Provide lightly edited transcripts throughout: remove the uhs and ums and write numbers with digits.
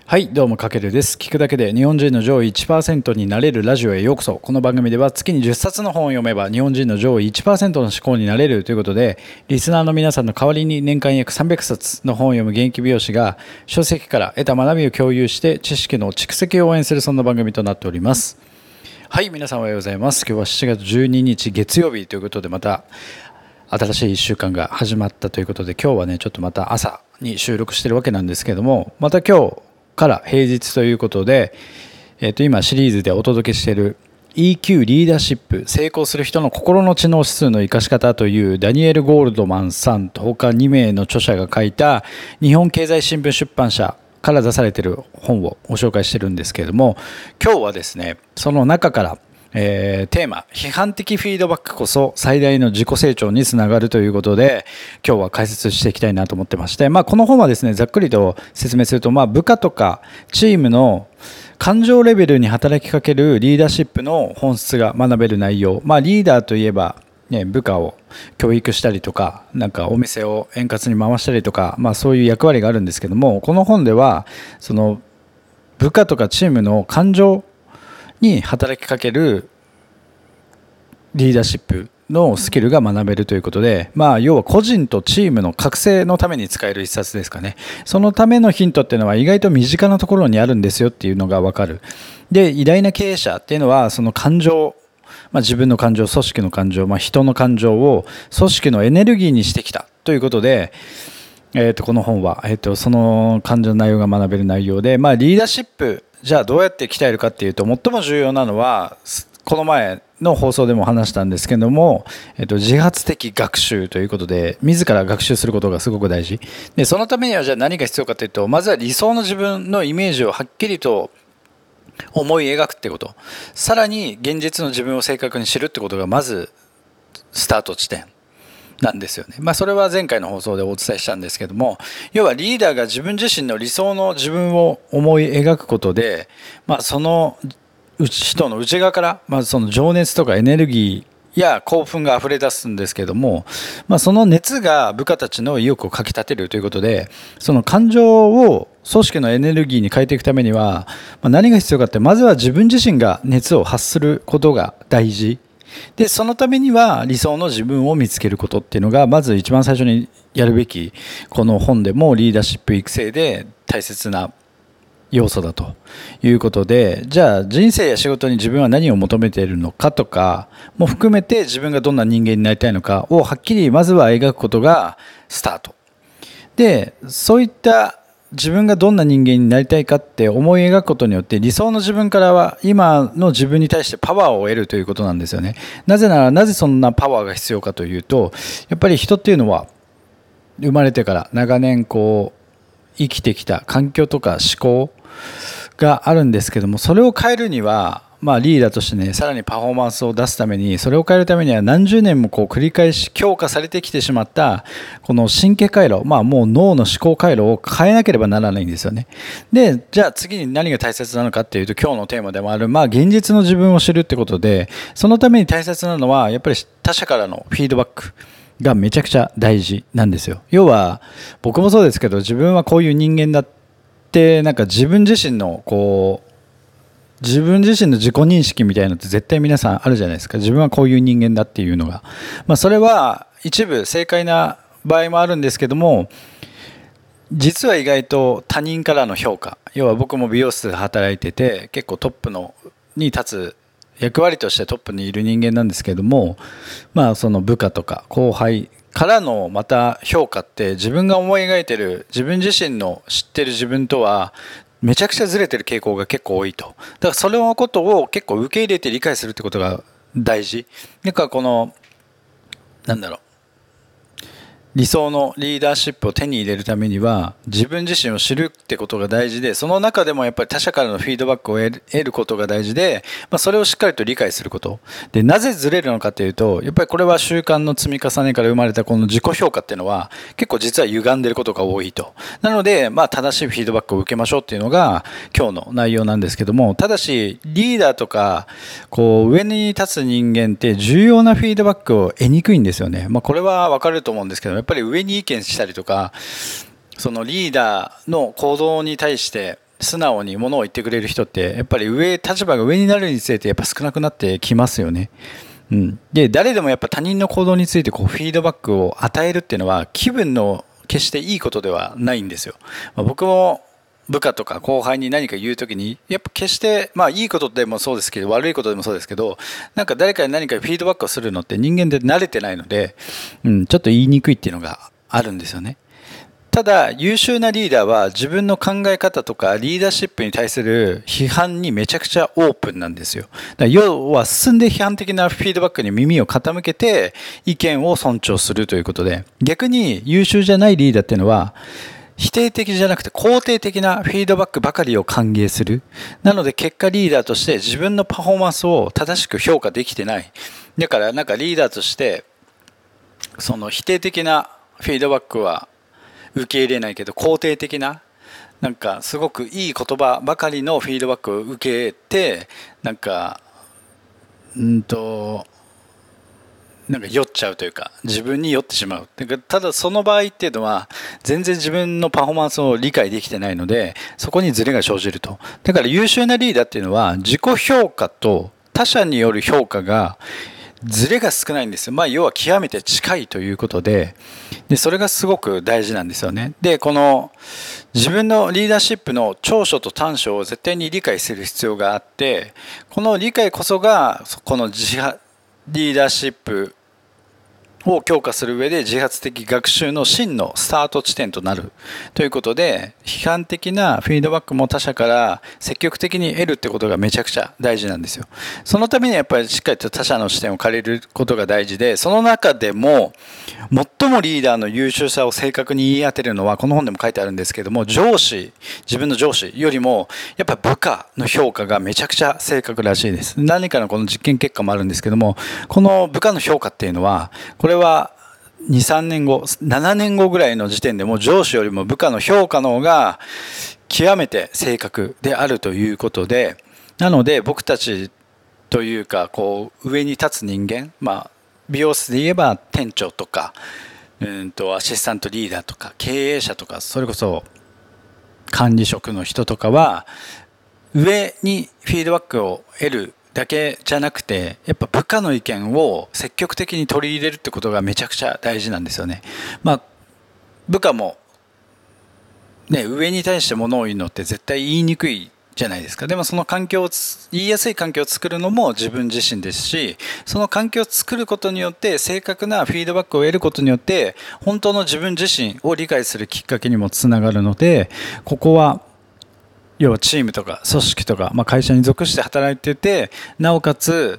はい、どうもかけるです。聞くだけで日本人の上位1%になれるラジオへようこそ。この番組では月に10冊の本を読めば日本人の上位1%の思考になれるということで、リスナーの皆さんの代わりに年間約300冊の本を読む現役美容師が書籍から得た学びを共有して知識の蓄積を応援するそんな番組となっております。はい、皆さんおはようございます。今日は7月12日月曜日ということで、また新しい1週間が始まったということで、今日はねちょっとまた朝に収録してるわけなんですけども、また今日から平日ということで、今シリーズでお届けしている EQ リーダーシップ成功する人の心の知能指数の生かし方というダニエル・ゴールドマンさんと他2名の著者が書いた日本経済新聞出版社から出されている本をご紹介してるんですけれども、今日はですねその中からテーマ批判的フィードバックこそ最大の自己成長につながるということで、今日は解説していきたいなと思ってまして、この本はですねざっくりと説明すると、部下とかチームの感情レベルに働きかけるリーダーシップの本質が学べる内容、リーダーといえば部下を教育したりとか、なんかお店を円滑に回したりとか、そういう役割があるんですけども、この本ではその部下とかチームの感情に働きかけるリーダーシップのスキルが学べるということで、要は個人とチームの覚醒のために使える一冊ですかね。そのためのヒントっていうのは意外と身近なところにあるんですよっていうのが分かる。で、偉大な経営者っていうのはその感情、自分の感情、組織の感情、人の感情を組織のエネルギーにしてきたということで、この本は、その感情の内容が学べる内容で、リーダーシップじゃあどうやって鍛えるかっていうと、最も重要なのはこの前の放送でも話したんですけども、自発的学習ということで、自ら学習することがすごく大事で、そのためにはじゃあ何が必要かというと、まずは理想の自分のイメージをはっきりと思い描くってこと、さらに現実の自分を正確に知るってことがまずスタート地点なんですよね。それは前回の放送でお伝えしたんですけども、要はリーダーが自分自身の理想の自分を思い描くことで、その人の内側から、その情熱とかエネルギーや興奮が溢れ出すんですけども、その熱が部下たちの意欲をかき立てるということで、その感情を組織のエネルギーに変えていくためには、何が必要かって、まずは自分自身が熱を発することが大事で、そのためには理想の自分を見つけることっていうのがまず一番最初にやるべき、この本でもリーダーシップ育成で大切な要素だということで、じゃあ人生や仕事に自分は何を求めているのかとかも含めて、自分がどんな人間になりたいのかをはっきりまずは描くことがスタートで、そういった自分がどんな人間になりたいかって思い描くことによって、理想の自分からは今の自分に対してパワーを得るということなんですよね。なぜなら、なぜそんなパワーが必要かというと、やっぱり人っていうのは生まれてから長年生きてきた環境とか思考があるんですけども、それを変えるには、リーダーとしてね、さらにパフォーマンスを出すために、それを変えるためには何十年も繰り返し強化されてきてしまったこの神経回路、もう脳の思考回路を変えなければならないんですよね。で、じゃあ次に何が大切なのかっていうと、今日のテーマでもある、現実の自分を知るってことで、そのために大切なのはやっぱり他者からのフィードバックがめちゃくちゃ大事なんですよ。要は僕もそうですけど、自分はこういう人間だって、なんか自分自身の自分自身の自己認識みたいなのって絶対皆さんあるじゃないですか。自分はこういう人間だっていうのが、それは一部正解な場合もあるんですけども、実は意外と他人からの評価、要は僕も美容室で働いてて、結構トップに立つ役割としてトップにいる人間なんですけども、その部下とか後輩からのまた評価って、自分が思い描いてる自分自身の知ってる自分とはめちゃくちゃずれてる傾向が結構多いと。だからそれのことを結構受け入れて理解するってことが大事。だからこの理想のリーダーシップを手に入れるためには、自分自身を知るってことが大事で、その中でもやっぱり他者からのフィードバックを得ることが大事で、それをしっかりと理解することで、なぜずれるのかというと、やっぱりこれは習慣の積み重ねから生まれたこの自己評価っていうのは結構実は歪んでることが多いと。なので、正しいフィードバックを受けましょうっていうのが今日の内容なんですけども、ただしリーダーとか上に立つ人間って重要なフィードバックを得にくいんですよね。これは分かると思うんですけど、やっぱり上に意見したりとか、そのリーダーの行動に対して素直に物を言ってくれる人ってやっぱり立場が上になるにつれてやっぱ少なくなってきますよね。で誰でもやっぱ他人の行動についてフィードバックを与えるっていうのは気分の決していいことではないんですよ。僕も部下とか後輩に何か言うときにやっぱ決していいことでもそうですけど悪いことでもそうですけど、なんか誰かに何かフィードバックをするのって人間で慣れてないので、ちょっと言いにくいっていうのがあるんですよね。ただ優秀なリーダーは自分の考え方とかリーダーシップに対する批判にめちゃくちゃオープンなんですよ。だから要は進んで批判的なフィードバックに耳を傾けて意見を尊重するということで、逆に優秀じゃないリーダーっていうのは否定的じゃなくて肯定的なフィードバックばかりを歓迎する。なので結果リーダーとして自分のパフォーマンスを正しく評価できてない。だからなんかリーダーとしてその否定的なフィードバックは受け入れないけど肯定的ななんかすごくいい言葉ばかりのフィードバックを受けてなんか酔っちゃうというか自分に酔ってしまう。ただその場合っていうのは全然自分のパフォーマンスを理解できてないのでそこにズレが生じると。だから優秀なリーダーっていうのは自己評価と他者による評価がズレが少ないんですよ。要は極めて近いということで、それがすごく大事なんですよね。で、この自分のリーダーシップの長所と短所を絶対に理解する必要があって、この理解こそがこのリーダーシップを強化する上で自発的学習の真のスタート地点となるということで、批判的なフィードバックも他者から積極的に得るってことがめちゃくちゃ大事なんですよ。そのためにやっぱりしっかりと他者の視点を借りることが大事で、その中でも最もリーダーの優秀さを正確に言い当てるのはこの本でも書いてあるんですけども、自分の上司よりもやっぱり部下の評価がめちゃくちゃ正確らしいです。何かのこの実験結果もあるんですけども、この部下の評価っていうのはこれは2、3年後、7年後ぐらいの時点でも上司よりも部下の評価の方が極めて正確であるということで、なので僕たちというか上に立つ人間、美容室で言えば店長とかアシスタントリーダーとか経営者とかそれこそ管理職の人とかは上にフィードバックを得るだけじゃなくてやっぱ部下の意見を積極的に取り入れるってことがめちゃくちゃ大事なんですよね。部下も上に対して物を言うのって絶対言いにくいじゃないですか。でもその環境を言いやすい環境を作るのも自分自身ですし、その環境を作ることによって正確なフィードバックを得ることによって本当の自分自身を理解するきっかけにもつながるので、ここは要はチームとか組織とか、会社に属して働いててなおかつ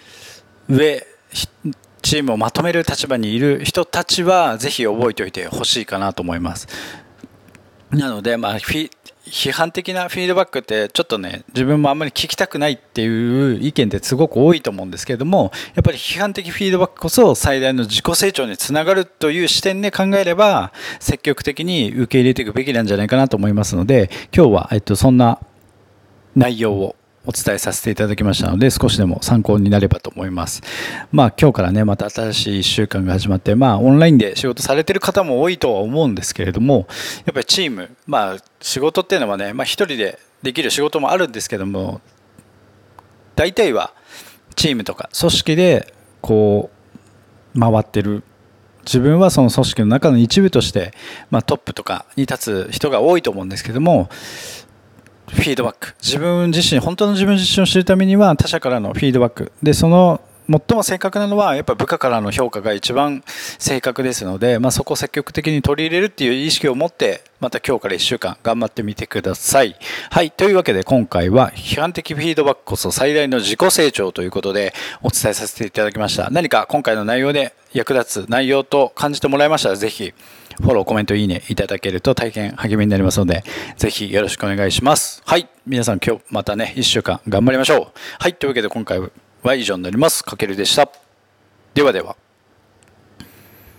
チームをまとめる立場にいる人たちはぜひ覚えておいてほしいかなと思います。なので批判的なフィードバックってちょっと自分もあんまり聞きたくないっていう意見ってすごく多いと思うんですけれども、やっぱり批判的フィードバックこそ最大の自己成長につながるという視点で考えれば積極的に受け入れていくべきなんじゃないかなと思いますので、今日はそんな内容をお伝えさせていただきましたので少しでも参考になればと思います。今日からまた新しい1週間が始まってオンラインで仕事されてる方も多いとは思うんですけれども、やっぱりチーム仕事っていうのは一人でできる仕事もあるんですけども、大体はチームとか組織で回ってる、自分はその組織の中の一部としてトップとかに立つ人が多いと思うんですけども、フィードバック、本当の自分自身を知るためには他者からのフィードバックで、その最も正確なのはやっぱり部下からの評価が一番正確ですので、そこを積極的に取り入れるっていう意識を持ってまた今日から1週間頑張ってみてください。はい、というわけで今回は批判的フィードバックこそ最大の自己成長ということでお伝えさせていただきました。何か今回の内容で役立つ内容と感じてもらいましたらぜひフォロー、コメント、いいねいただけると大変励みになりますのでぜひよろしくお願いします。はい、皆さん今日また1週間頑張りましょう。はい、というわけで今回は以上になります。かけるでした。ではでは。